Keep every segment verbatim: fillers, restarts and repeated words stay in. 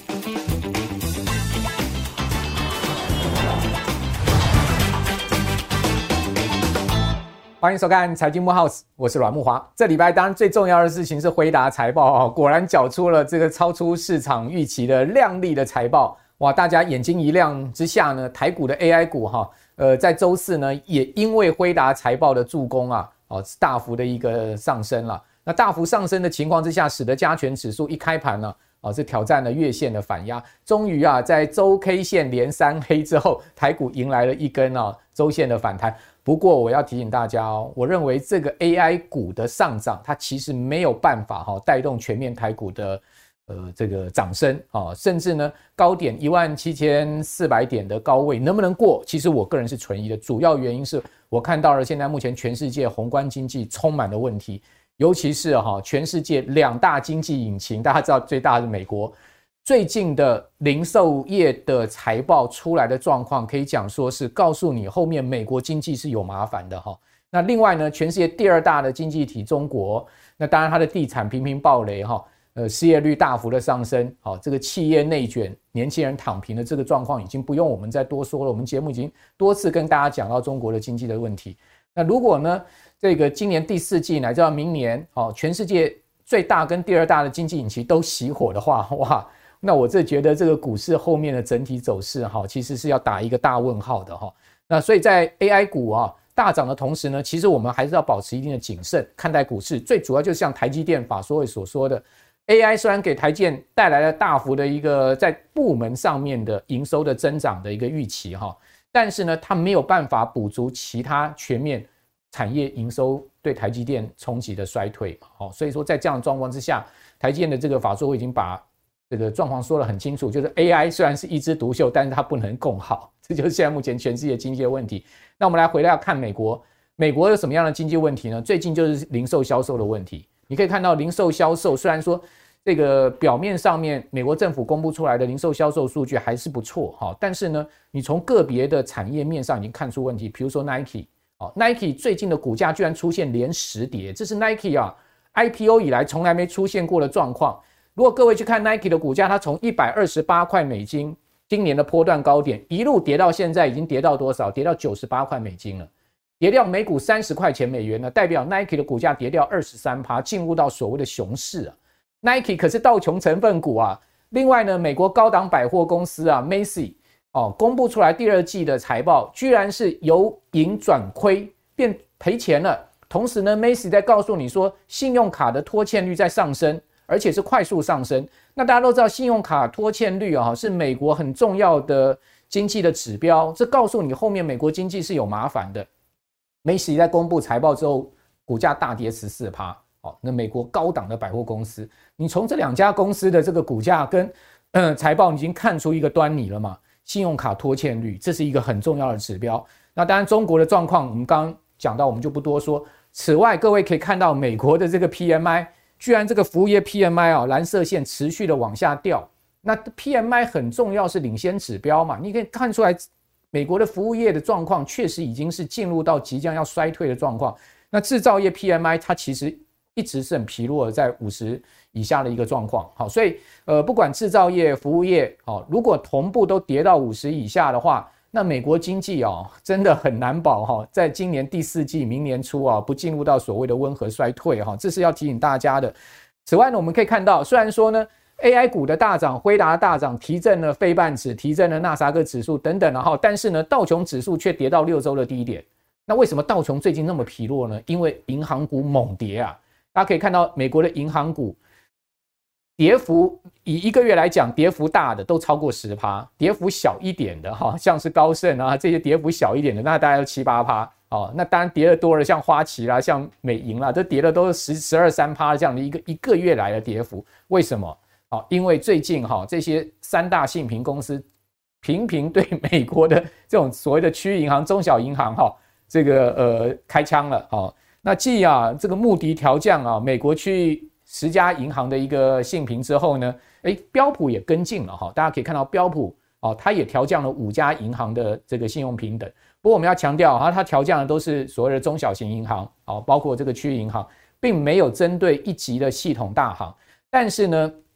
欢迎收看财经木 house， 我是阮木华。这礼拜当然最重要的事情是辉达财报，果然缴出了这个超出市场预期的亮丽的财报。哇，大家眼睛一亮之下呢，台股的 A I 股哈，呃，在周四呢，也因为辉达财报的助攻啊，哦，大幅的一个上升了。那大幅上升的情况之下，使得加权指数一开盘呢，哦，是挑战了月线的反压，终于啊，在周 K 线连三黑之后，台股迎来了一根啊周线的反弹。不过我要提醒大家哦，我认为这个 A I 股的上涨，它其实没有办法哈带动全面台股的呃这个涨升啊，甚至呢高点一万七千四百点的高位能不能过？其实我个人是存疑的，主要原因是我看到了现在目前全世界宏观经济充满了问题，尤其是哈全世界两大经济引擎，大家知道最大的是美国。最近的零售业的财报出来的状况，可以讲说是告诉你后面美国经济是有麻烦的哈。那另外呢，全世界第二大的经济体中国，那当然它的地产频频暴雷哈，呃，失业率大幅的上升，好，这个企业内卷，年轻人躺平的这个状况已经不用我们再多说了。我们节目已经多次跟大家讲到中国的经济的问题。那如果呢，这个今年第四季乃至到明年，好，全世界最大跟第二大的经济引擎都熄火的话，哇！那我这觉得这个股市后面的整体走势哈，其实是要打一个大问号的哈。那所以在 A I 股啊大涨的同时呢，其实我们还是要保持一定的谨慎看待股市。最主要就是像台积电法说会所说的 ，A I 虽然给台积电带来了大幅的一个在部门上面的营收的增长的一个预期哈，但是呢，它没有办法补足其他全面产业营收对台积电冲击的衰退。好，所以说在这样的状况之下，台积电的这个法说会已经把这个状况说得很清楚，就是 A I 虽然是一枝独秀，但是它不能共好，这就是现在目前全世界经济的问题。那我们来回来看美国，美国有什么样的经济问题呢？最近就是零售销售的问题。你可以看到零售销售虽然说这个表面上面美国政府公布出来的零售销售数据还是不错，但是呢，你从个别的产业面上已经看出问题，比如说 Nike， Nike 最近的股价居然出现连十跌，这是 Nike 啊 I P O 以来从来没出现过的状况。如果各位去看 Nike 的股价，它从一百二十八块美金今年的波段高点一路跌到现在，已经跌到多少？跌到九十八块美金了，跌掉每股三十块钱美元了，代表 Nike 的股价跌掉 百分之二十三， 进入到所谓的熊市啊。Nike 可是道琼成分股啊。另外呢，美国高档百货公司啊 Macy 哦，公布出来第二季的财报，居然是由盈转亏，变赔钱了。同时呢 ，Macy 在告诉你说，信用卡的拖欠率在上升。而且是快速上升。那大家都知道，信用卡拖欠率啊是美国很重要的经济的指标，这告诉你后面美国经济是有麻烦的。Macy 在公布财报之后，股价大跌 百分之十四。哦，那美国高档的百货公司，你从这两家公司的这个股价跟呃财报已经看出一个端倪了嘛？信用卡拖欠率，这是一个很重要的指标。那当然，中国的状况我们刚刚讲到，我们就不多说。此外，各位可以看到美国的这个 P M I。居然这个服务业 P M I 啊，蓝色线持续的往下掉。那 P M I 很重要，是领先指标嘛？你可以看出来，美国的服务业的状况确实已经是进入到即将要衰退的状况。那制造业 P M I 它其实一直是很疲弱的，在五十以下的一个状况。好，所以呃，不管制造业、服务业，好，如果同步都跌到五十以下的话，那美国经济哦，真的很难保哈，在今年第四季、明年初啊，不进入到所谓的温和衰退哈，这是要提醒大家的。此外呢，我们可以看到，虽然说呢 ，A I 股的大涨、辉达的大涨，提振了费半指、提振了纳斯达克指数等等，然后，但是呢，道琼指数却跌到六周的低点。那为什么道琼最近那么疲弱呢？因为银行股猛跌啊！大家可以看到，美国的银行股跌幅以一个月来讲，跌幅大的都超过 百分之十， 跌幅小一点的哈，像是高盛啊这些跌幅小一点的，那大概有 百分之七八。哦，那当然跌的多了，像花旗啦、像美银啦，这跌的都是十、二、三趴这样的一个一个月来的跌幅。为什么？哦，因为最近哈这些三大信评公司频频对美国的这种所谓的区域银行、中小银行哈这个呃开枪了。哦，那继啊这个穆迪调降啊美国区域十家银行的一个信评之后呢，哎，标普也跟进了哈。大家可以看到标普哦，它也调降了五家银行的这个信用评等。不过我们要强调，它调降的都是所谓的中小型银行，包括这个区域银行，并没有针对一级的系统大行。但是呢，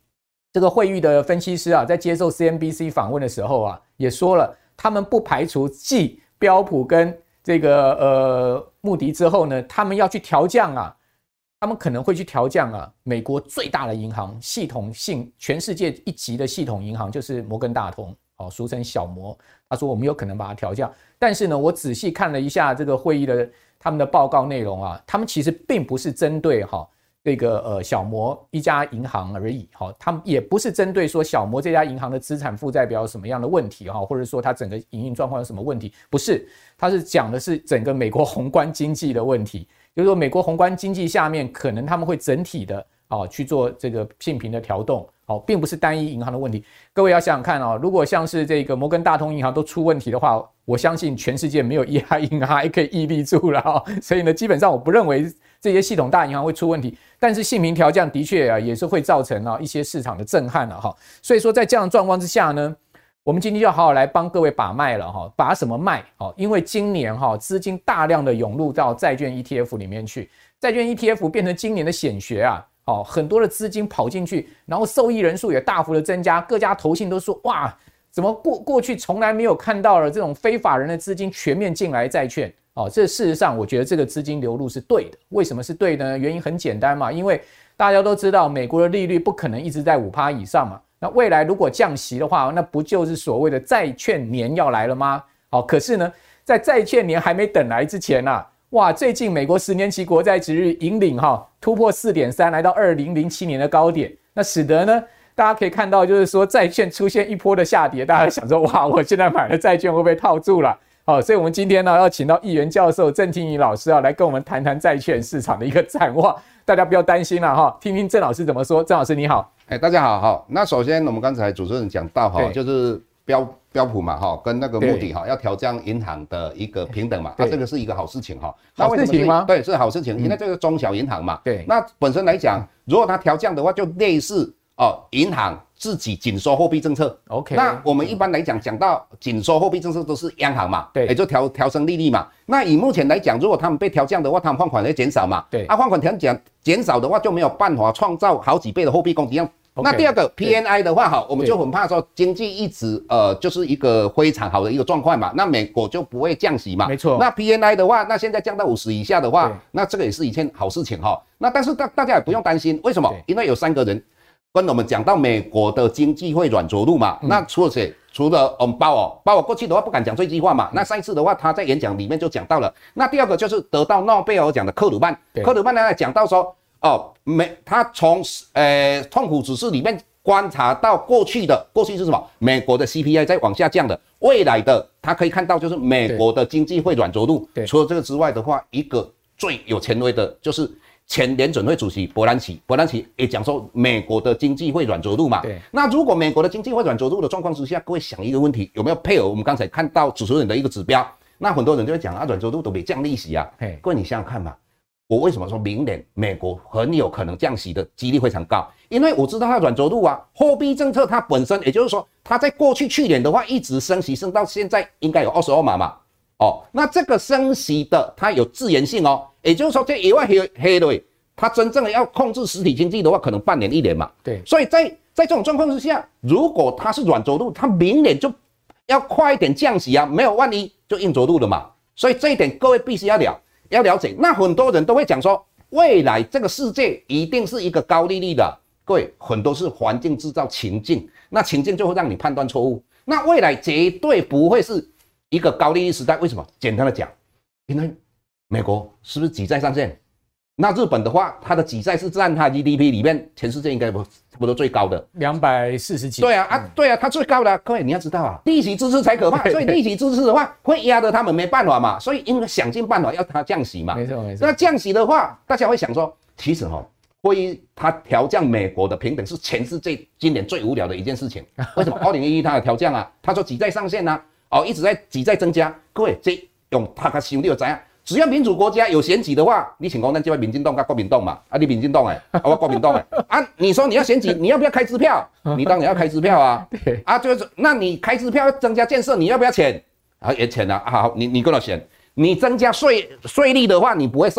这个惠誉的分析师啊，在接受 C N B C 访问的时候啊，也说了，他们不排除继标普跟这个呃穆迪之后呢，他们要去调降啊，他们可能会去调降啊，美国最大的银行系统性全世界一级的系统银行就是摩根大通，哦，俗称小摩。他说我们有可能把它调降，但是呢，我仔细看了一下这个会议的他们的报告内容啊，他们其实并不是针对哈、哦、这个呃小摩一家银行而已，哈、哦，他们也不是针对说小摩这家银行的资产负债表有什么样的问题哈、哦，或者说它整个营运状况有什么问题，不是，他是讲的是整个美国宏观经济的问题，就是说美国宏观经济下面可能他们会整体的哦去做这个信评的调动。哦，并不是单一银行的问题。各位要想想看哦，如果像是这个摩根大通银行都出问题的话，我相信全世界没有一家银行还可以屹立住了哦。所以呢，基本上我不认为这些系统大银行会出问题。但是信评调降的确啊，也是会造成啊一些市场的震撼了哈。所以说在这样的状况之下呢，我们今天就要好好来帮各位把脉了哈。把什么脉？哦，因为今年哈资金大量的涌入到债券 E T F 里面去，债券 E T F 变成今年的显学啊。哦，很多的资金跑进去，然后受益人数也大幅的增加，各家投信都说哇，怎么过过去从来没有看到了这种非法人的资金全面进来债券？哦，这事实上我觉得这个资金流入是对的。为什么是对的呢？原因很简单嘛，因为大家都知道美国的利率不可能一直在 百分之五 以上嘛，那未来如果降息的话，那不就是所谓的债券年要来了吗？好，可是呢，在债券年还没等来之前啊。哇，最近美国十年期国债殖率引领哈突破 四点三， 来到二零零七年的高点，那使得呢大家可以看到就是说债券出现一波的下跌，大家想说哇，我现在买了债券会不会套住了？好，所以我们今天呢要请到议员教授郑听仪老师啊来跟我们谈谈债券市场的一个展望，大家不要担心了哈，听听郑老师怎么说。郑老师你好。 哎，大家好，好，那首先我们刚才主持人讲到哈，就是标标普嘛哈，跟那个穆迪哈要调降银行的一个平等嘛，那、啊、这个是一个好事情哈。 好事情吗？ 对，是好事情，因为这个中小银行嘛。 对。 那本身来讲，如果它调降的话，就类似哦银行自己紧缩货币政策。 OK。 那我们一般来讲讲到紧缩货币政策都是央行嘛， 对， 也就调调升利率嘛。那以目前来讲，如果他们被调降的话，他们放款会减少嘛。 对。 啊，放款调减减少的话，就没有办法创造好几倍的货币供给量。Okay, 那第二个 P N I 的话，哈，我们就很怕说经济一直呃就是一个非常好的一个状况嘛，那美国就不会降息嘛， 没错。 那 P N I 的话，那现在降到五十以下的话，那这个也是一件好事情哈。那但是大大家也不用担心，为什么？因为有三个人跟我们讲到美国的经济会软着陆嘛。嗯、那除了谁？除了我们鲍尔，鲍尔过去的话不敢讲这句话嘛。嗯、那上一次的话，他在演讲里面就讲到了。那第二个就是得到诺贝尔奖的克鲁曼，克鲁曼呢讲到说。哦，美，他从呃痛苦指数里面观察到过去的，过去是什么？美国的 C P I 在往下降的，未来的他可以看到就是美国的经济会软着陆。除了这个之外的话，一个最有权威的就是前联准会主席伯南奇，伯南奇也讲说美国的经济会软着陆嘛。 对。那如果美国的经济会软着陆的状况之下，各位想一个问题，有没有配合我们刚才看到主持人的一个指标？那很多人就会讲啊，软着陆都没降利息啊。各位你想想看嘛。我为什么说明年美国很有可能降息的几率非常高？因为我知道它软着陆啊，货币政策它本身，也就是说，它在过去去年的话一直升息，升到现在应该有二十二码嘛。哦，那这个升息的它有自然性哦，也就是说，这野外黑黑的，它真正的要控制实体经济的话，可能半年一年嘛。 对， 所以在在这种状况之下，如果它是软着陆，它明年就要快一点降息啊，没有万一就硬着陆了嘛。所以这一点各位必须要了。要了解，那很多人都会讲说，未来这个世界一定是一个高利率的。各位，很多是环境制造情境，那情境就会让你判断错误。那未来绝对不会是一个高利率时代。为什么？简单的讲，因为美国是不是挤债上限？那日本的话，它的挤债是占它 G D P 里面全世界应该不差不多最高的， 两百四十几。 对啊，啊，嗯、对啊，它最高的、啊。各位你要知道啊，利息支持才可怕，所以利息支持的话会压得他们没办法嘛，所以因为想尽办法要它降息嘛。 没错没错。 那降息的话，大家会想说，其实哈、哦，会议它调降美国的平等是全世界今年最无聊的一件事情。为什么？二零一一它有调降啊，他说挤债上限啊，哦一直在挤债增加。各位这用他个想你就知道。只要民主国家有选举的话，你请讲咱这位民进党跟国民党嘛，啊你民进党哎，啊我国民党哎，啊你说你要选举，你要不要开支票？你当然要开支票啊， 对啊就是那你开支票要增加建设，你要不要钱？啊也钱啊，好你你跟我选，你增加税税率的话，你不会上啦，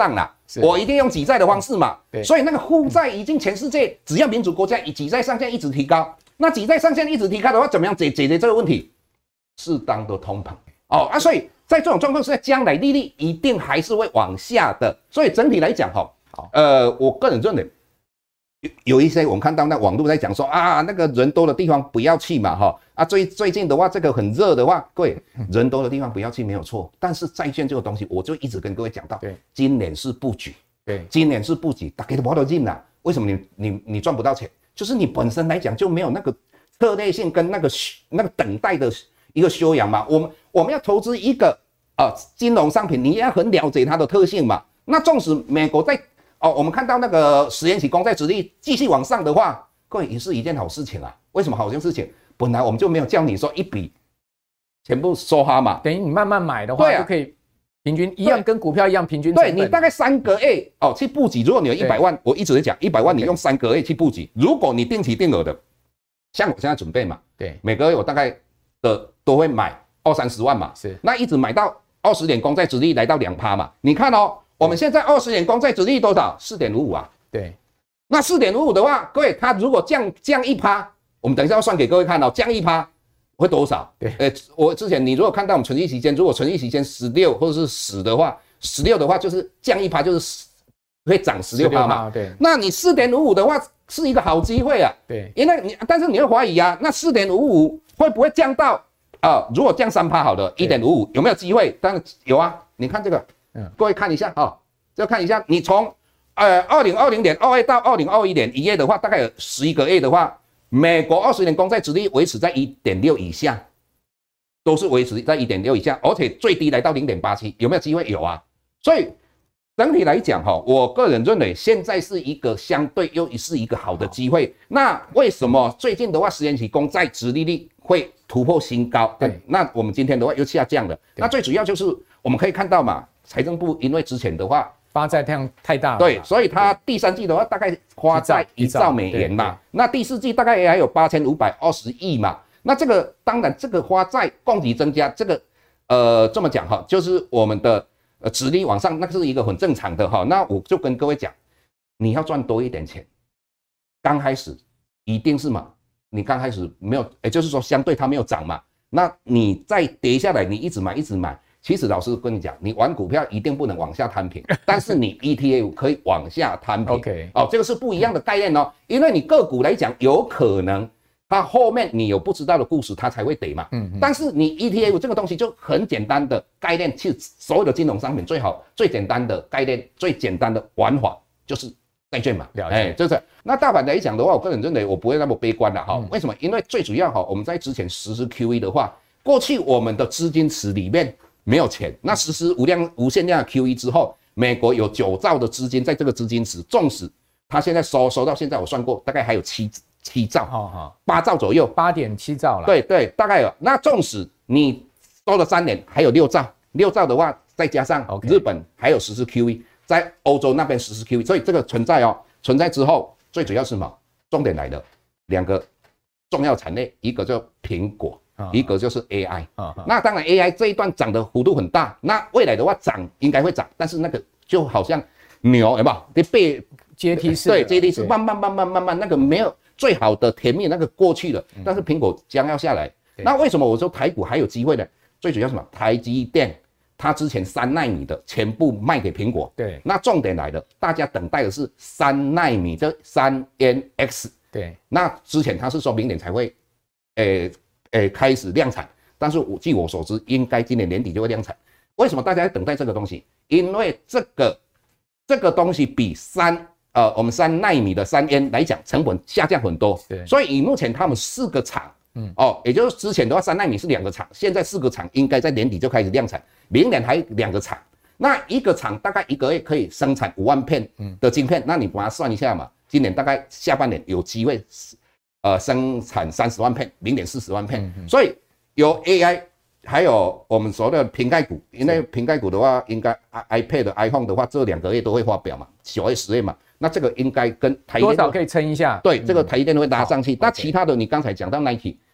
我一定用挤债的方式嘛。所以那个负债已经全世界只要民主国家以挤债上限一直提高，那挤债上限一直提高的话，怎么样解解决这个问题？适当的通膨哦啊，所以在这种状况之下，将来利率一定还是会往下的。所以整体来讲哈，呃，我个人认为。有一些我们看到那网络在讲说啊，那个人多的地方不要去嘛，哈啊最最近的话，这个很热的话，各位人多的地方不要去没有错，但是债券这个东西，我就一直跟各位讲到，对，今年是布局，对，今年是布局，大家都不要进啦。为什么你你你赚不到钱？就是你本身来讲就没有那个策略性跟那个那个等待的一个修养嘛。我们我们要投资一个呃金融商品，你也要很了解它的特性嘛。那纵使美国在哦，我们看到那个十年期公债殖利率继续往上的话，各位也是一件好事情啊。为什么好事情？本来我们就没有叫你说一笔全部梭哈嘛， 等于你慢慢买的话，对啊，就可以平均一样，跟股票一样平均成本。 对，你大概三个月哦去布局，如果你有一百万，我一直在讲一百万，你用三个月去布局。如果你定期定额的，像我现在准备嘛，对，每个月我大概的都会买二三十万嘛，是，那一直买到二十年公债殖利率来到两趴嘛，你看哦。我们现在二十年公债殖利率多少？ 四点五五 啊。对，那 四点五五 的话，各位，它如果降降一趴，我们等一下要算给各位看哦，降一趴会多少？对，呃，我之前你如果看到我们存息期间，如果存息期间十六或者是十的话，十六的话就是降一趴就是会涨十六趴嘛。对，那你 四点五五 的话是一个好机会啊。对，因为你但是你会怀疑啊，那 四点五五 会不会降到啊、呃？如果降三趴好了 ，一点五五 有没有机会？当然有啊，你看这个。嗯，各位看一下哦，就看一下，你从呃二零二零年二月到二零二一年一月的话，大概有十一个月的话，美国二十年公债殖利率维持在 一点六 以下，都是维持在 一点六 以下，而且最低来到 零点八七， 有没有机会？有啊。所以整体来讲哈，我个人认为现在是一个相对又是一个好的机会。那为什么最近的话，十年期公债殖利率会突破新高？对，那我们今天的话又下降了。那最主要就是我们可以看到嘛。财政部因为之前的话发债量太大了， 对，所以它第三季的话大概花债一兆美元嘛，那第四季大概也还有八千五百二十亿嘛，那这个当然这个花债供给增加，这个呃这么讲哈，就是我们的呃殖利率往上，那是一个很正常的哈。那我就跟各位讲，你要赚多一点钱，刚开始一定是嘛，你刚开始没有，也就是说相对它没有涨嘛，那你再跌下来，你一直买一直买。其实老师跟你讲，你玩股票一定不能往下摊平，但是你 E T F 可以往下摊平。OK， 哦，这个是不一样的概念哦。因为你个股来讲，有可能它后面你有不知道的故事，它才会跌嘛。嗯，但是你 E T F 这个东西就很简单的概念，其实所有的金融商品最好最简单的概念、最简单的玩法就是债券嘛。哎，就是。那大盘来讲的话，我个人认为我不会那么悲观了哈。嗯、为什么？因为最主要哈，我们在之前实施 Q E 的话，过去我们的资金池里面。没有钱，那实施无量无限量的 Q E 之后，美国有九兆的资金在这个资金池，纵使它现在收收到现在我算过，大概还有七七兆，哦八兆左右， 八点七兆了。 对对，大概有。那纵使你收了三年，还有六兆，六兆的话，再加上日本还有实施 Q E， 在欧洲那边实施 Q E， 所以这个存在哦，存在之后，最主要是什么？重点来了，两个重要产业，一个叫苹果。一个就是 A I， 那当然 A I 这一段涨的幅度很大，那未来的话涨应该会涨，但是那个就好像牛有没有？你被阶梯式， 对，阶梯式慢慢慢慢慢慢那个没有最好的甜蜜那个过去了，但是苹果将要下来，那为什么我说台股还有机会呢？最主要是什么？台积电它之前三奈米的全部卖给苹果，对，那重点来了，大家等待的是三奈米的三 N X， 对，那之前它是说明年才会，诶。诶，开始量产，但是我据我所知，应该今年年底就会量产。为什么大家在等待这个东西？因为这个这个东西比三呃我们三奈米的三 N 来讲，成本下降很多。对，所以以目前他们四个厂，嗯哦，也就是之前的话三奈米是两个厂，现在四个厂应该在年底就开始量产，明年还两个厂，那一个厂大概一个月可以生产五万片的晶片，嗯、那你把它算一下嘛，今年大概下半年有机会。呃，生产三十万片，明年四十万片，嗯、所以有 A I， 还有我们所谓的瓶盖股，因为瓶盖股的话，应该 iPad、iPhone 的话，这两个月都会发表嘛，九月、十月嘛，那这个应该跟台积电多少可以撑一下， 对，这个台积电会拉上去。嗯、那其他的，你刚才讲到 Nike，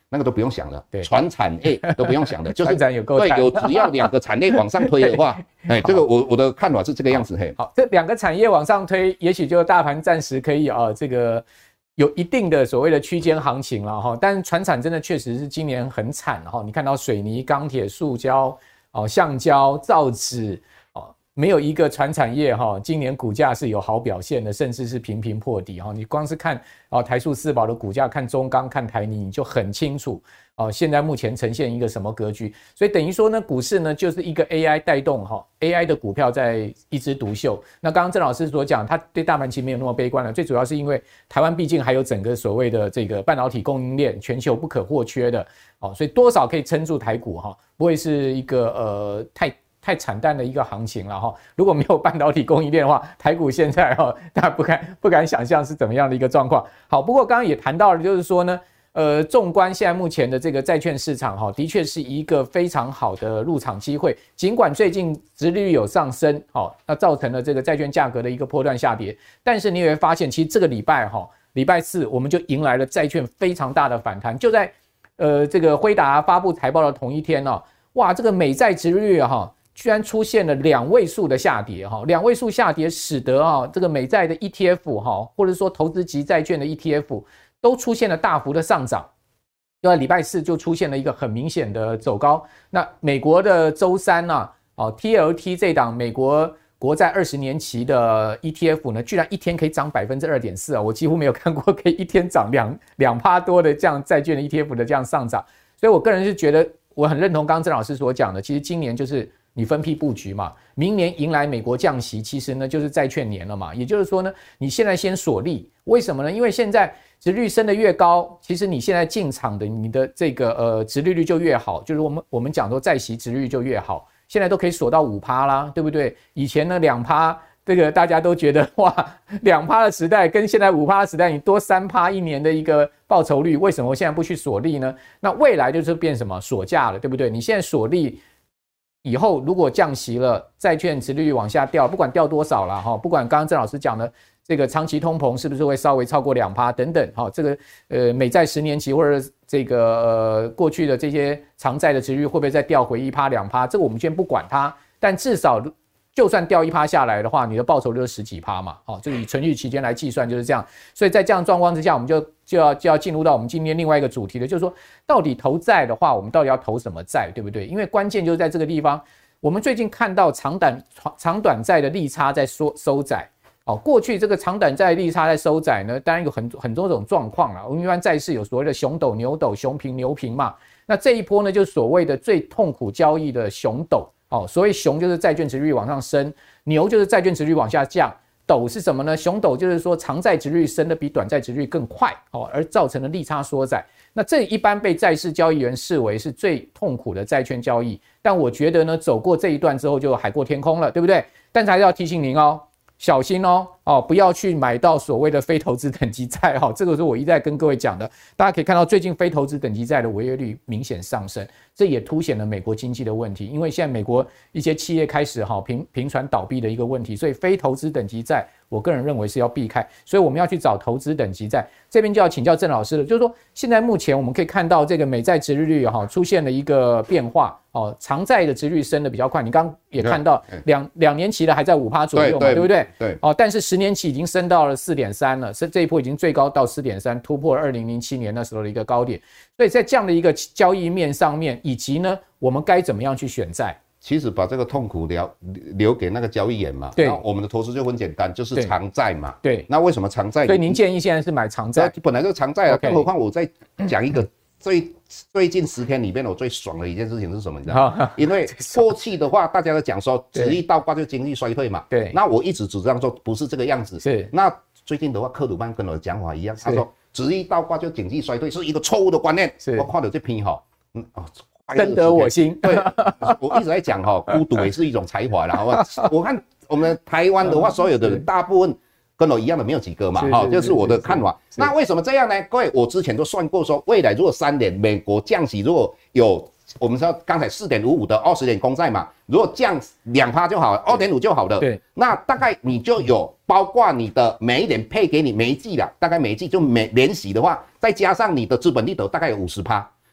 那个都不用想了，对，传产业都不用想的，就是有够对，有只要两个产业往上推的话，哎，这个我我的看法是这个样子，嘿。 好，这两个产业往上推，也许就大盘暂时可以啊，这个有一定的所谓的区间行情了哈。但是传产真的确实是今年很惨哈，你看到水泥、钢铁、塑胶、哦橡胶、造纸。没有一个传产业哈，今年股价是有好表现的，甚至是频频破底哈。你光是看哦台塑四宝的股价，看中钢、看台泥，你就很清楚哦。现在目前呈现一个什么格局？所以等于说呢，股市呢就是一个 A I 带动哈 ，A I 的股票在一枝独秀。那刚刚郑老师所讲，他对大盘其实没有那么悲观了，最主要是因为台湾毕竟还有整个所谓的这个半导体供应链，全球不可或缺的哦，所以多少可以撑住台股哈，不会是一个呃太。太惨淡的一个行情了哈！如果没有半导体供应链的话，台股现在哈，大家不敢不敢想象是怎么样的一个状况。好，不过刚刚也谈到了，就是说呢，呃，纵观现在目前的这个债券市场哈，的确是一个非常好的入场机会。尽管最近殖利率有上升，好，那造成了这个债券价格的一个波段下跌，但是你也会发现，其实这个礼拜哈，礼拜四我们就迎来了债券非常大的反弹，就在呃这个辉达发布财报的同一天哦，哇，这个美债殖利率哈。居然出现了两位数的下跌哈，两位数下跌使得啊这个美债的 E T F 哈，或者说投资级债券的 E T F 都出现了大幅的上涨，就在礼拜四就出现了一个很明显的走高。那美国的周三呢，哦 T L T 这档美国国债二十年期的 E T F 呢，居然一天可以涨 百分之二点四 啊，我几乎没有看过可以一天涨两两趴多的这样债券的 E T F 的这样上涨，所以我个人是觉得我很认同刚刚郑老师所讲的，其实今年就是你分批布局嘛，明年迎来美国降息，其实呢就是债券年了嘛。也就是说呢，你现在先锁利，为什么呢？因为现在殖利率升得越高，其实你现在进场的你的这个呃殖利率就越好，就是我们我们讲说债息殖利率就越好，现在都可以锁到 百分之五 啦，对不对？以前呢 百分之二， 这个大家都觉得哇 百分之二 的时代跟现在 百分之五 的时代，你多 百分之三 一年的一个报酬率，为什么我现在不去锁利呢？那未来就是变什么锁价了，对不对？你现在锁利。以后如果降息了，债券殖利率往下掉，不管掉多少啦，不管刚刚郑老师讲的这个长期通膨是不是会稍微超过 百分之二 等等，这个呃美债十年期或者这个呃过去的这些长债的殖利率会不会再掉回 百分之一 百分之二，这个我们先不管它，但至少就算掉 百分之一 下来的话，你的报酬率是十几%嘛，哦，这个以存续期间来计算就是这样。所以在这样的状况之下，我们就就要就要进入到我们今天另外一个主题了，就是说到底投债的话，我们到底要投什么债，对不对？因为关键就是在这个地方，我们最近看到长短长短债的利差在收收窄。哦，过去这个长短债利差在收窄呢，当然有很很多种状况啦。我们一般债市有所谓的熊斗、牛斗、熊平、牛平嘛。那这一波呢，就是所谓的最痛苦交易的熊斗。哦，所谓熊就是债券殖利率往上升，牛就是债券殖利率往下降，斗是什么呢？熊斗就是说长债殖利率升的比短债殖利率更快，哦，而造成了利差缩窄。那这一般被债市交易员视为是最痛苦的债券交易。但我觉得呢，走过这一段之后就海阔天空了，对不对？但是还是要提醒您哦。小心哦，哦，不要去买到所谓的非投资等级债哈、哦，这个是我一再跟各位讲的。大家可以看到，最近非投资等级债的违约率明显上升，这也凸显了美国经济的问题。因为现在美国一些企业开始哈频频传倒闭的一个问题，所以非投资等级债，我个人认为是要避开。所以我们要去找投资等级债。这边就要请教郑老师了，就是说现在目前我们可以看到这个美债殖利率哈出现了一个变化。哦，长债的殖利率升的比较快，你刚刚也看到两两年期的还在 百分之五 左右嘛， 对, 对, 对不对？ 对。 哦，但是十年期已经升到了 四点三 了，这一波已经最高到 四点三， 突破了二零零七年那时候的一个高点。所以在这样的一个交易面上面，以及呢，我们该怎么样去选债？ 其实把这个痛苦留留给那个交易员嘛。对。我们的投资就很简单，就是长债嘛。 对。 那为什么长债？ 所以您建议现在是买长债？ 本来就是长债啊，更何况我再讲一个。最最近十天里面，我最爽的一件事情是什么？你知道吗？因为过去的话，大家都讲说，殖利率倒挂就经济衰退嘛。对。那我一直主张说不是这个样子。是。那最近的话，克鲁曼跟我的讲法一样，他说殖利率倒挂就经济衰退是一个错误的观念。是。我看到这篇哈，嗯哦， 深得我心。 对，我一直在讲哈，孤独也是一种才华啦。好吧？我看我们台湾的话，所有的人大部分。跟我一样的没有几个嘛，哈，这是我的看法。那为什么这样呢？各位，我之前都算过说，未来如果三年美国降息，如果有我们说刚才 四点五五 的二十年公债嘛，如果降 百分之二 就好了 ，二点五 就好了。对，那大概你就有包括你的每一年配给你每一季的，大概每一季就每年息的话，再加上你的资本利得大概有 百分之五十，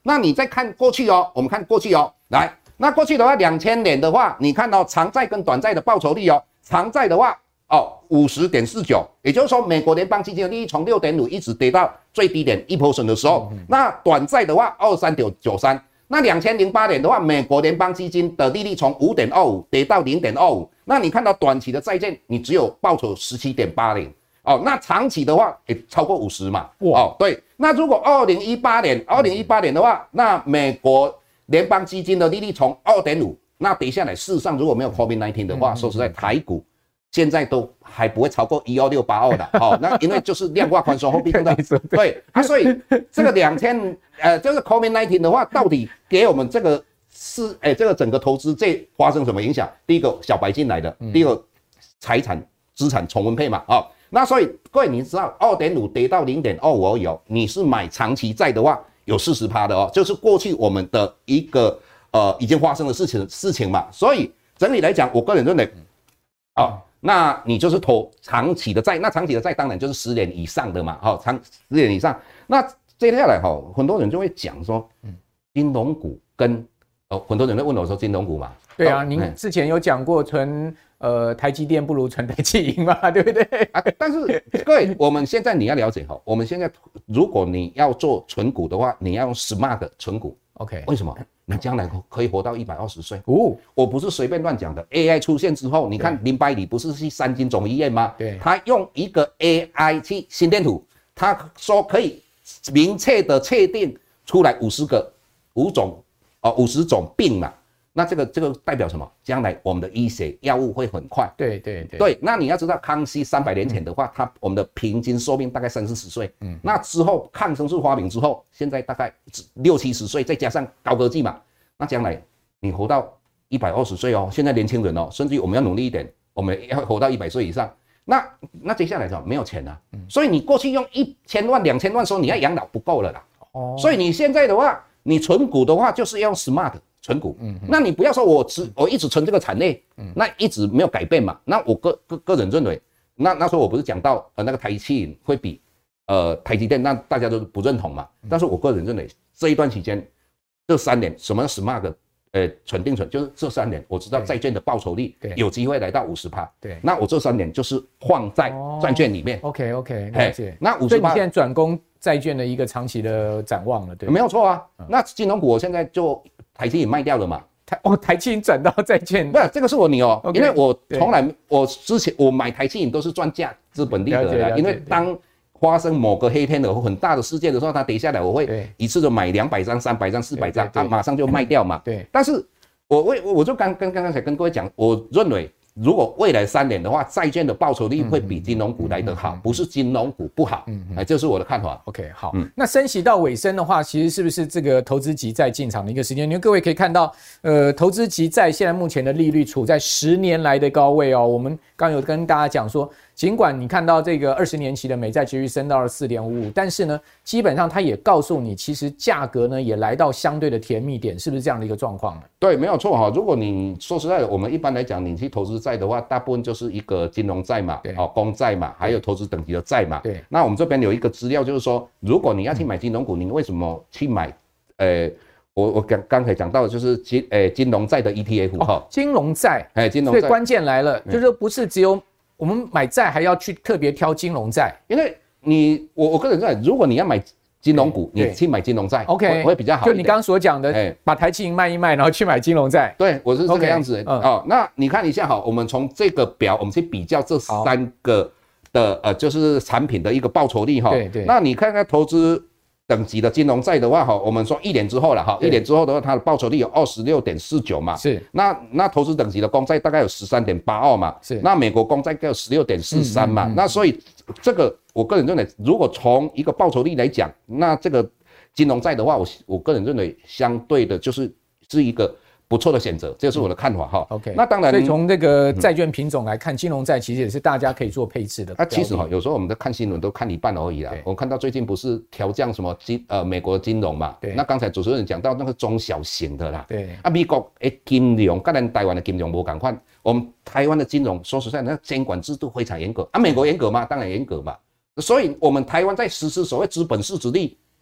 那你再看过去哦，我们看过去哦，来，那过去的话，两千年的话，你看到、哦、长债跟短债的报酬率哦，长债的话哦 五十点四九， 也就是说美国联邦基金的利率从 六点五 一直跌到最低点 百分之一 的时候，嗯、那短债的话 二十三点九三， 那两千零八年的话，美国联邦基金的利率从 五点二五 跌到 零点二五， 那你看到短期的债券你只有报酬 十七点八零。哦，那长期的话也超过五十嘛。哦，对。那如果二零一八年，二零一八年的话，那美国联邦基金的利率从 二点五 那跌下来，事实上如果没有 COVID 十九 的话，嗯、说实在，台股现在都还不会超过一二六八二的。哦，那因为就是量化宽松货币政策。对啊，所以这个两千呃，就是 COVID 十九 的话，到底给我们这个是哎、欸、这个整个投资这发生什么影响？第一个小白进来的，嗯、第一个财产资产重分配嘛。哦。那所以各位你知道 二点五 跌到 零点二五 而已哦，你是买长期债的话有 百分之四十 的哦，就是过去我们的一个呃已经发生的事情事情嘛。所以整体来讲，我个人认为，哦，那你就是投长期的债，那长期的债当然就是十年以上的嘛，好、哦，长十年以上。那接下来哈、哦，很多人就会讲说，金融股跟哦，很多人在问我说金融股嘛， 对啊，您之前有讲过存呃台积电不如存台积银嘛，对不对？ 啊，但是各位，我们现在你要了解哈，我们现在如果你要做存股的话，你要用 smart 存股 ，OK？ 为什么？你将来可以活到一百二十岁哦，我不是随便乱讲的。A I 出现之后，你看林百里不是去三金总医院吗？对，他用一个 A I 去心电图，他说可以明确的确定出来五十个五种。哦，五十种病嘛，那这个这个代表什么？将来我们的医学药物会很快。 对对对。 对，那你要知道，康熙三百年前的话，它、嗯、我们的平均寿命大概三四十岁。嗯。那之后抗生素发明之后，现在大概六七十岁，再加上高科技嘛，那将来你活到一百二十岁哦。现在年轻人哦，甚至于我们要努力一点，我们要活到一百岁以上。那那接下来什么？没有钱啊。嗯。所以你过去用一千万、两千万说你要养老不够了啦。哦。所以你现在的话。你存股的话，就是要用 smart 存股。嗯，那你不要说我只我一直存这个产业，嗯，那一直没有改变嘛。那我个个个人认为，那那时候我不是讲到呃那个台积电会比呃台积电，那大家都不认同嘛。但是我个人认为这一段期间，这三年什么 smart 呃存定存，就是这三年我知道债券的报酬率有机会来到 百分之五十。对，那我这三年就是放在债券里面。 哦、OK OK， 了解。 那 百分之五十， 所以你现在转攻债券的一个长期的展望了，对吧？ 没有错啊。嗯、那金融股我现在就台积也卖掉了嘛。 台哦，台积银转到债券， 不是这个是我你哦， okay, 因为我从来我之前我买台积银都是赚价资本利得的，因为当发生某个黑天鹅很大的事件的时候，它跌下来，我会一次就买两百张、三百张、四百张，啊，马上就卖掉嘛。对，但是我我我就刚跟刚刚才跟各位讲，我认为。如果未来三年的话，债券的报酬率会比金融股来得好，嗯嗯嗯、不是金融股不好，嗯，哎、嗯，这是我的看法。 OK， 好，嗯，那升息到尾声的话，其实是不是这个投资级债进场的一个时间？因为各位可以看到，呃，投资级债现在目前的利率处在十年来的高位哦。我们刚有跟大家讲说，尽管你看到这个二十年期的美债殖利率升到了 四点五五， 但是呢，基本上它也告诉你，其实价格呢也来到相对的甜蜜点，是不是这样的一个状况呢？ 对，没有错哈。如果你说实在的，我们一般来讲，你去投资债的话，大部分就是一个金融债嘛，哦，公债嘛，还有投资等级的债嘛。对。那我们这边有一个资料，就是说，如果你要去买金融股，你为什么去买？呃，我我刚刚才讲到的就是金呃金融债的 E T F 哈、哦， 金融债， 哎，金融债。 所以关键来了，就是不是只有我们买债还要去特别挑金融债， 因为你我我个人认为，如果你要买金融股，你去买金融债 ，OK， 会比较好。 就你刚刚所讲的，欸、把台积银卖一卖，然后去买金融债。 对，我是这个样子。Okay, 嗯、哦，那你看一下哈，我们从这个表，我们去比较这三个的呃，就是产品的一个报酬率哈。对对。那你看看投资等级的金融债的话哈，我们说一年之后了哈，一年之后的话，它的报酬率有 二十六点四九 嘛。是。那那投资等级的公债大概有 十三点八二 嘛。是。那美国公债有 十六点四三 嘛。嗯嗯嗯、那所以这个我个人认为，如果从一个报酬率来讲，那这个金融债的话，我我个人认为相对的就是是一个不错的选择，这是我的看法哈。OK， 那当然，所以从这个债券品种来看，嗯、金融债其实也是大家可以做配置的。 啊，其实哈，有时候我们在看新闻都看一半而已啦。我看到最近不是调降什么金呃美国金融嘛？对。那刚才主持人讲到那个中小型的啦。对。啊，美国的金融跟咱台湾的金融不同款，我们台湾的金融说实在，那监管制度非常严格啊。美国严格嘛，当然严格嘛。所以我们台湾在实施所谓资本市值率。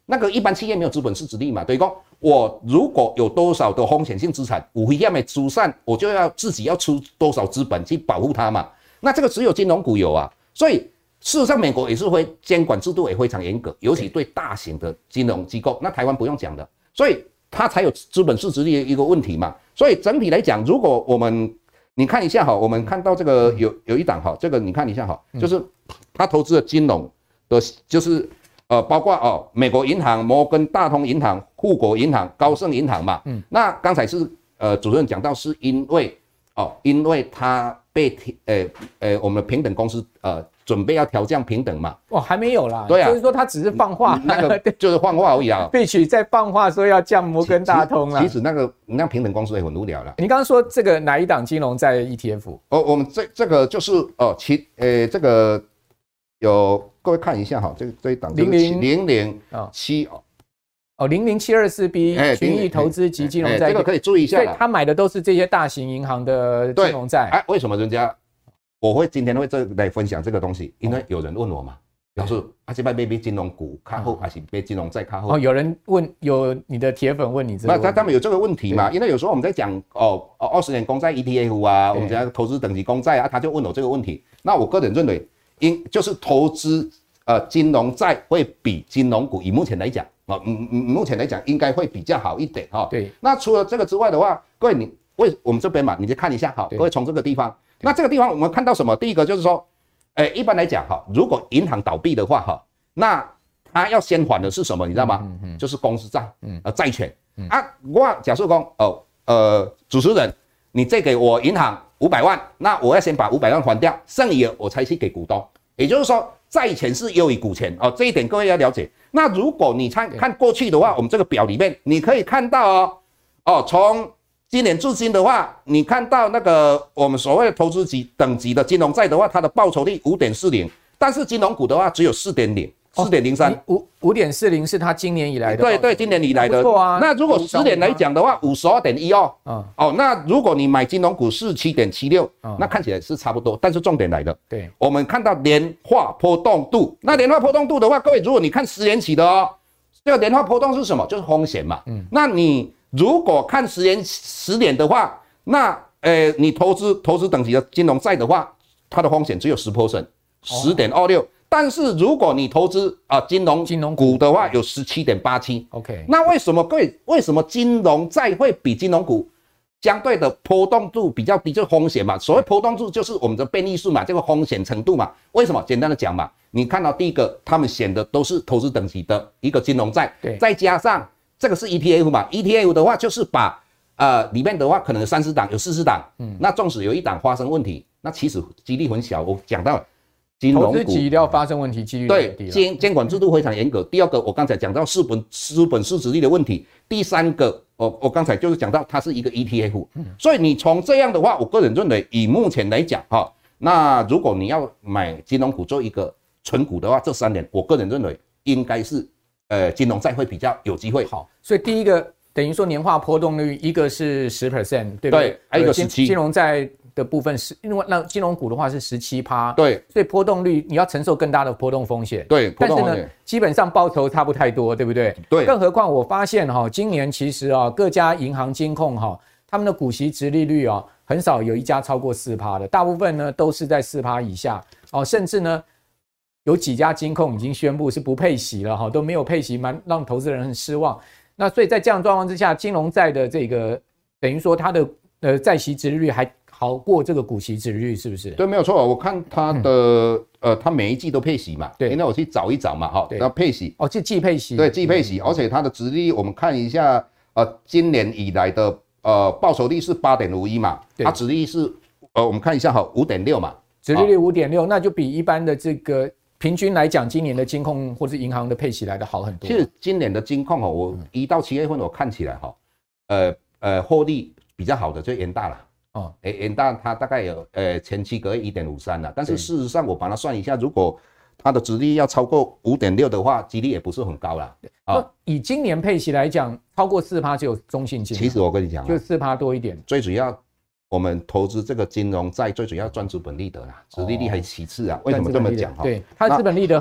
那个一般企业没有资本市值率嘛，对讲我如果有多少的风险性资产，有危险的资产，我就要自己要出多少资本去保护它嘛。那这个只有金融股有啊，所以事实上美国也是会监管制度也非常严格，尤其对大型的金融机构，那台湾不用讲的，所以它才有资本市值率的一个问题嘛。所以整体来讲，如果我们你看一下哈，我们看到这个有有一档哈，这个你看一下哈，就是他投资的金融的，就是呃包括哦美国银行、摩根大通银行、富国银行、高盛银行嘛。嗯，那刚才是呃主任讲到是因为哦，因为他被呃呃我们平等公司呃准备要调降平等嘛。 哇，还没有啦。 对啊， 就是说他只是放话， 那个就是放话而已啊。 必须在放话说要降摩根大通啦。 其实那个那平等公司也很无聊了。 你刚刚说这个哪一档金融债 E T F？ 哦，我们这这个就是哦，其呃这个有各位看一下哈，这个这一档零零零零七哦。 哦，零零七二四 B 群益投资及金融债， 这个可以注意一下。 所以他买的都是这些大型银行的金融债。 哎，为什么人家我会今天会这来分享这个东西？因为有人问我嘛，老师，啊，这摆买买金融股较好，还是买金融债较好？ 哦，有人问，有你的铁粉问你这个， 那他他们有这个问题嘛？因为有时候我们在讲哦哦二十年公债 E T F 啊，我们讲投资等级公债啊，他就问我这个问题。那我个人认为，应就是投资呃金融债会比金融股，以目前来讲。哦，嗯嗯，目前来讲应该会比较好一点哈。 对。 那除了这个之外的话，各位你为我们这边嘛，你就看一下哈。各位从这个地方，那这个地方我们看到什么？第一个就是说，诶、欸，一般来讲哈，如果银行倒闭的话哈，那它要先还的是什么？你知道吗？嗯嗯，就是公司债，嗯，呃，债权。嗯、啊，我假设讲，哦，呃，主持人，你借给我银行五百万，那我要先把五百万还掉，剩余的我才去给股东。也就是说，债权是优于股权哦，这一点各位要了解。那如果你看看过去的话，我们这个表里面你可以看到哦，哦，从今年至今的话，你看到那个我们所谓的投资级等级的金融债的话，它的报酬率 五点四零， 但是金融股的话只有 四点零。四点零三， 五五点四零是他今年以来的， 对对，今年以来的， 不错啊。 那如果十年来讲的话，五十二点一二，嗯，哦，那如果你买金融股是七点七六，那看起来是差不多。但是重点来了， 对， 我们看到年化波动度，那年化波动度的话，各位，如果你看十年期的哦，这个年化波动是什么？就是风险嘛。嗯，那你如果看十年十年的话，那呃，你投资投资等级的金融债的话，它的风险只有十 percent， 十点二六。但是如果你投资啊、呃、金融金融股的话，有 十七点八七。 OK， 那为什么各位为什么金融债会比金融股相对的波动度比较低？就是风险嘛。所谓波动度就是我们的变异数嘛，这个风险程度嘛。为什么？简单的讲嘛，你看到第一个，他们选的都是投资等级的一个金融债， 对， 再加上这个是 E T F 嘛 ，E T F 的话就是把呃里面的话可能有三十档，有四十档，嗯，那纵使有一档发生问题，那其实几率很小。我讲到了。金融股投资级要发生问题，几率对监监管制度非常严格。第二个，我刚才讲到资本资本市值率的问题。第三个，我我刚才就是讲到它是一个 E T F，、嗯、所以你从这样的话，我个人认为，以目前来讲哈，那如果你要买金融股做一个存股的话，这三年我个人认为应该是呃金融债会比较有机会。 好，所以第一个等于说年化波动率，一个是 百分之十， 对不对？ 对，还有一个十七。 金融债的部分是，因为那金融股的话是 百分之十七， 对， 所以波动率你要承受更大的波动风险。 对， 但是呢，基本上报酬差不太多，对不对？ 对。 更何况我发现哈，今年其实啊，各家银行金控哈，他们的股息殖利率啊，很少有一家超过 百分之四 的，大部分呢都是在 百分之四 以下哦，甚至呢有几家金控已经宣布是不配息了哈，都没有配息，蛮让投资人很失望。那所以在这样的状况之下，金融债的这个等于说它的呃债息殖利率还好过这个股息殖利率，是不是？ 对，没有错。我看它的、嗯、呃，它每一季都配息嘛， 对， 因为我去找一找嘛，哈，那配息哦，是季配息， 对，季配息，而且它的殖利率我们看一下，呃，今年以来的呃报酬率是 八点五一 嘛，它殖利率是呃，我们看一下哈 ，五点六 嘛， 殖利率 五点六，那就比一般的这个平均来讲，今年的金控或是银行的配息来的好很多。 其实今年的金控哦，我一到七月份我看起来哈，呃呃，获利比较好的就元大了。哦，诶，元大它大概有呃前七个月 一点五三 了，但是事实上我把它算一下，如果它的殖利率要超过 五点六 的话，几率也不是很高啦。 啊，以今年配息来讲，超过 百分之四 只有中信金。 其实我跟你讲、啊， 就 百分之四 多一点。 最主要我们投资这个金融债，最主要赚资本利得啦，殖利率还其次啊。为什么这么讲？ 对，它资本利得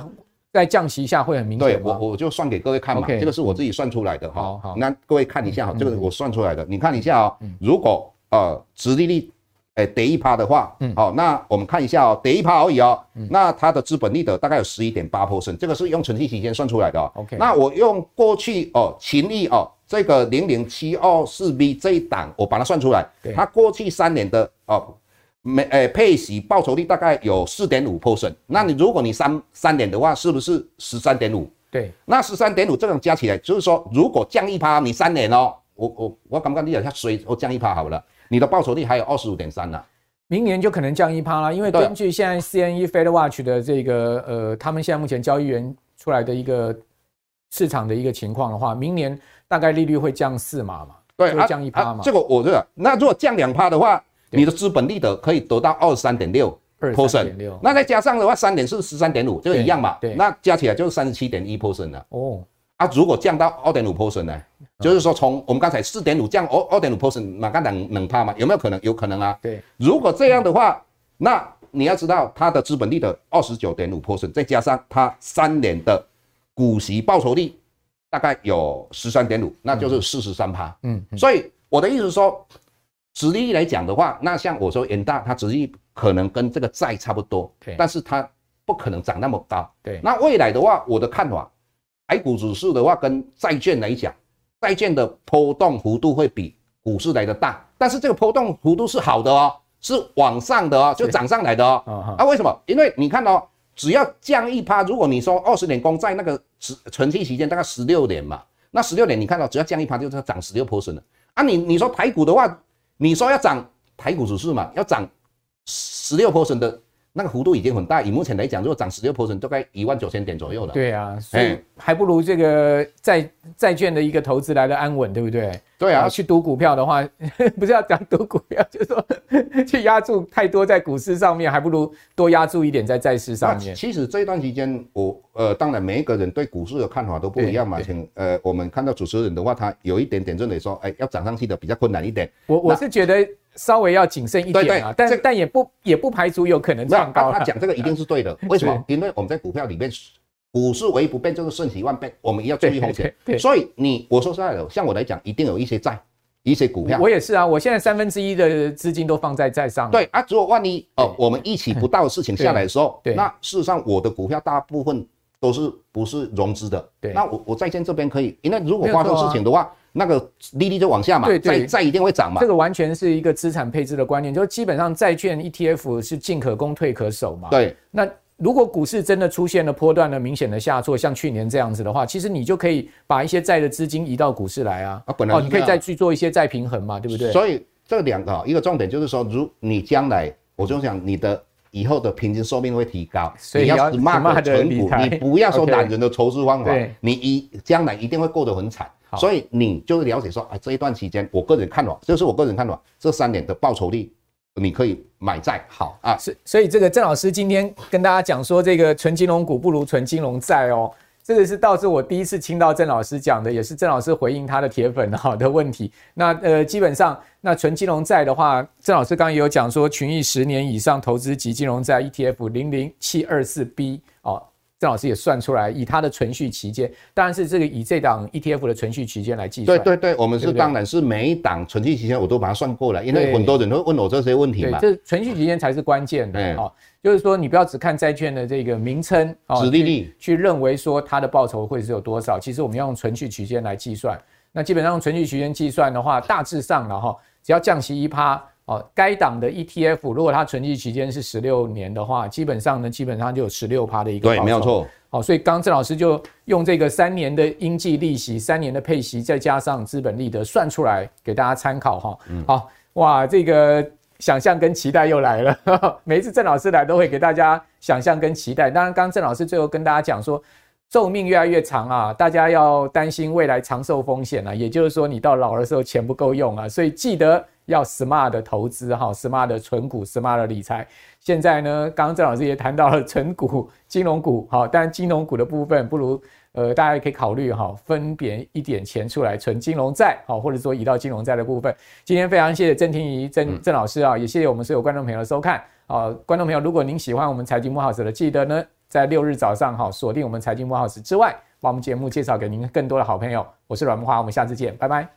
在降息下会很明显吗？ 对，我我就算给各位看嘛， okay, 这个是我自己算出来的哈。 好好， 那各位看一下哈， 嗯、 这个我算出来的，你看一下哦。嗯、如果呃殖利率诶跌一趴的话，嗯，好、哦，那我们看一下哦，跌一趴而已哦。嗯、那它的资本利得大概有 十一点八 percent， 这个是用存续期间算出来的哦。 OK， 那我用过去哦勤益哦这个零零七二四 B 这一档，我把它算出来，它过去三年的哦。每诶配息报酬率大概有 百分之四点五， 那你如果你三三年的话，是不是 十三点五？ 对， 那 十三点五 这种加起来，就是说如果降一趴，你三年哦，我我我刚刚你讲下水，我降一趴好了，你的报酬率还有 二十五点三 呢。 明年就可能降一趴啦，因为根据现在 C N E Fed Watch 的这个呃，他们现在目前交易员出来的一个市场的一个情况的话，明年大概利率会降四码嘛， 对， 会降一趴嘛、 啊啊。这个我这个，那如果降两趴的话。你的资本利得可以得到 二十三点六 percent， 那再加上的话，三点是 十三点五， 这个一样嘛？对，那加起来就是 三十七点一 percent 了。哦，啊，如果降到 二点五 percent 呢？嗯、就是说从我们刚才 四点五 降 二点五 percent， 马上两两趴嘛？有没有可能？有可能啊。对，如果这样的话，那你要知道它的资本利得 二十九点五 percent， 再加上它三年的股息报酬率大概有 十三点五， 那就是 百分之四十三。嗯，嗯所以我的意思是说。殖利率来讲的话，那像我说元大，它殖利率可能跟这个债差不多，但是它不可能涨那么高。对，那未来的话，我的看法，台股指数的话跟债券来讲，债券的波动幅度会比股市来的大，但是这个波动幅度是好的哦，是往上的哦，就涨上来的哦。啊，为什么？因为你看哦，只要降一趴，如果你说二十年公债那个存期期间大概十六年嘛，那十六年你看到、哦、只要降一趴就是涨 百分之十六 了啊你。你说台股的话。你说要涨台股指数嘛，要涨 百分之十六 的那个幅度已经很大，以目前来讲，如果涨 百分之十六 大概一万九千点左右了。对啊，所以还不如这个债债券的一个投资来的安稳，对不对？对啊，去赌股票的话，不是要讲赌股票，就是说去押注太多在股市上面，还不如多押注一点在债市上面。 其实这一段期间，我呃，当然每一个人对股市的看法都不一样嘛。请呃，我们看到主持人的话，他有一点点认为说，哎，要涨上去的比较困难一点。 我我是觉得稍微要谨慎一点啊，但、这个、但也不也不排除有可能创高。 他讲这个一定是对的，为什么？因为我们在股票里面。股市唯一不变就是瞬息万变，我们要注意风险。所以你我说实在的，像我来讲，一定有一些债，一些股票。 我也是啊，我现在三分之一的资金都放在债上。 对啊，如果万一哦、呃、我们一起不到的事情下来的时候，那事实上我的股票大部分都是不是融资的。对，那我我债券这边可以，因为如果发生事情的话，那个利率就往下嘛，对对，债债一定会涨嘛。 这个完全是一个资产配置的观念，就基本上债券 E T F 是进可攻退可守嘛。对，那。如果股市真的出现了波段的明显的下挫，像去年这样子的话，其实你就可以把一些债的资金移到股市来啊。啊，本来哦，你可以再去做一些再平衡嘛，对不对？ 所以这两个一个重点就是说，如你将来，我就想你的以后的平均寿命会提高，所以你要 smart 存股，你不要说懒人的投资方法，你一将来一定会过得很惨。所以你就了解说，啊，这一段期间，我个人看法，这是我个人看法，这三年的报酬率。你可以买债好啊， 是，所以这个郑老师今天跟大家讲说，这个纯金融股不如纯金融债哦，这个是倒是我第一次听到郑老师讲的，也是郑老师回应他的铁粉哈的问题。那呃，基本上那纯金融债的话，郑老师刚刚也有讲说，群益十年以上投资级金融债 E T F 零零七二四 B 哦。郑老师也算出来，以它的存续期间，当然是这个以这档 E T F 的存续期间来计算。 对对对，我们是对对当然是每一档存续期间我都把它算过来，因为很多人会问我这些问题嘛。 这存续期间才是关键的、哦、就是说你不要只看债券的这个名称， 殖、哦、利率 去, 去认为说它的报酬会是有多少，其实我们要用存续期间来计算。那基本上用存续期间计算的话，大致上了哈，只要降息 百分之一。哦，该档的 E T F 如果它存续期间是十六年的话，基本上呢，基本上就有 百分之十六 的一个报酬。 对，没有错。 好，所以刚刚郑老师就用这个三年的应计利息、三年的配息，再加上资本利得算出来给大家参考哈。嗯、好，哇，这个想象跟期待又来了。呵呵每一次郑老师来都会给大家想象跟期待。当然，刚刚郑老师最后跟大家讲说，寿命越来越长啊，大家要担心未来长寿风险啊，也就是说你到老的时候钱不够用啊，所以记得。要 smart 的投资哈 ，smart 的存股 ，smart 的理财。现在呢，刚刚郑老师也谈到了存股、金融股，好，当然金融股的部分不如呃，大家也可以考虑哈，分别一点钱出来存金融债，好，或者说移到金融债的部分。今天非常谢谢郑庭怡郑郑老师啊，也谢谢我们所有观众朋友的收看啊，观众朋友，如果您喜欢我们财经木 house 的，记得呢在六日早上哈锁定我们财经木 house 之外，把我们节目介绍给您更多的好朋友。我是阮慕骅，我们下次见，拜拜。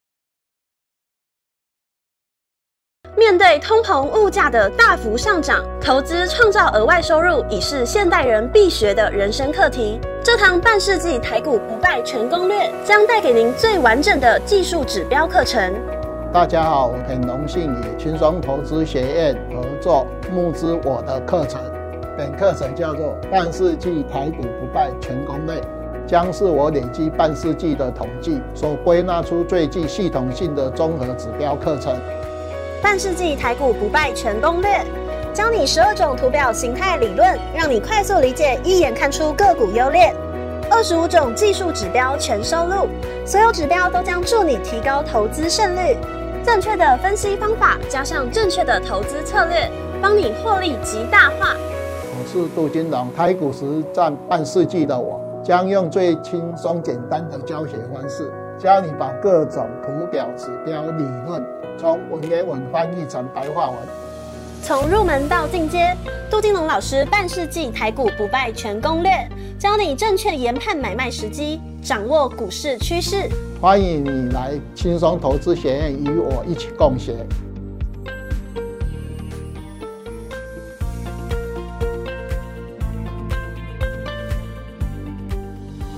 面对通膨物价的大幅上涨，投资创造额外收入已是现代人必学的人生课题。这堂半世纪台股不败全攻略将带给您最完整的技术指标课程。 大家好，我很荣幸与轻松投资学院合作募资我的课程。本课程叫做半世纪台股不败全攻略，将是我累积半世纪的统计所归纳出最具系统性的综合指标课程。 半世纪台股不败全攻略，教你十二种图表形态理论，让你快速理解，一眼看出个股优劣。二十五种技术指标全收录，所有指标都将助你提高投资胜率。正确的分析方法加上正确的投资策略，帮你获利极大化。 我是杜金龙，台股实战半世纪的我，将用最轻松简单的教学方式，教你把各种图表、指标、理论从文言文翻译成白话文。 从入门到进阶，杜金龙老师半世纪台股不败全攻略，教你正确研判买卖时机，掌握股市趋势。 欢迎你来轻松投资学院与我一起共学。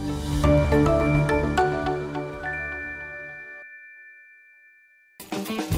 Thank you.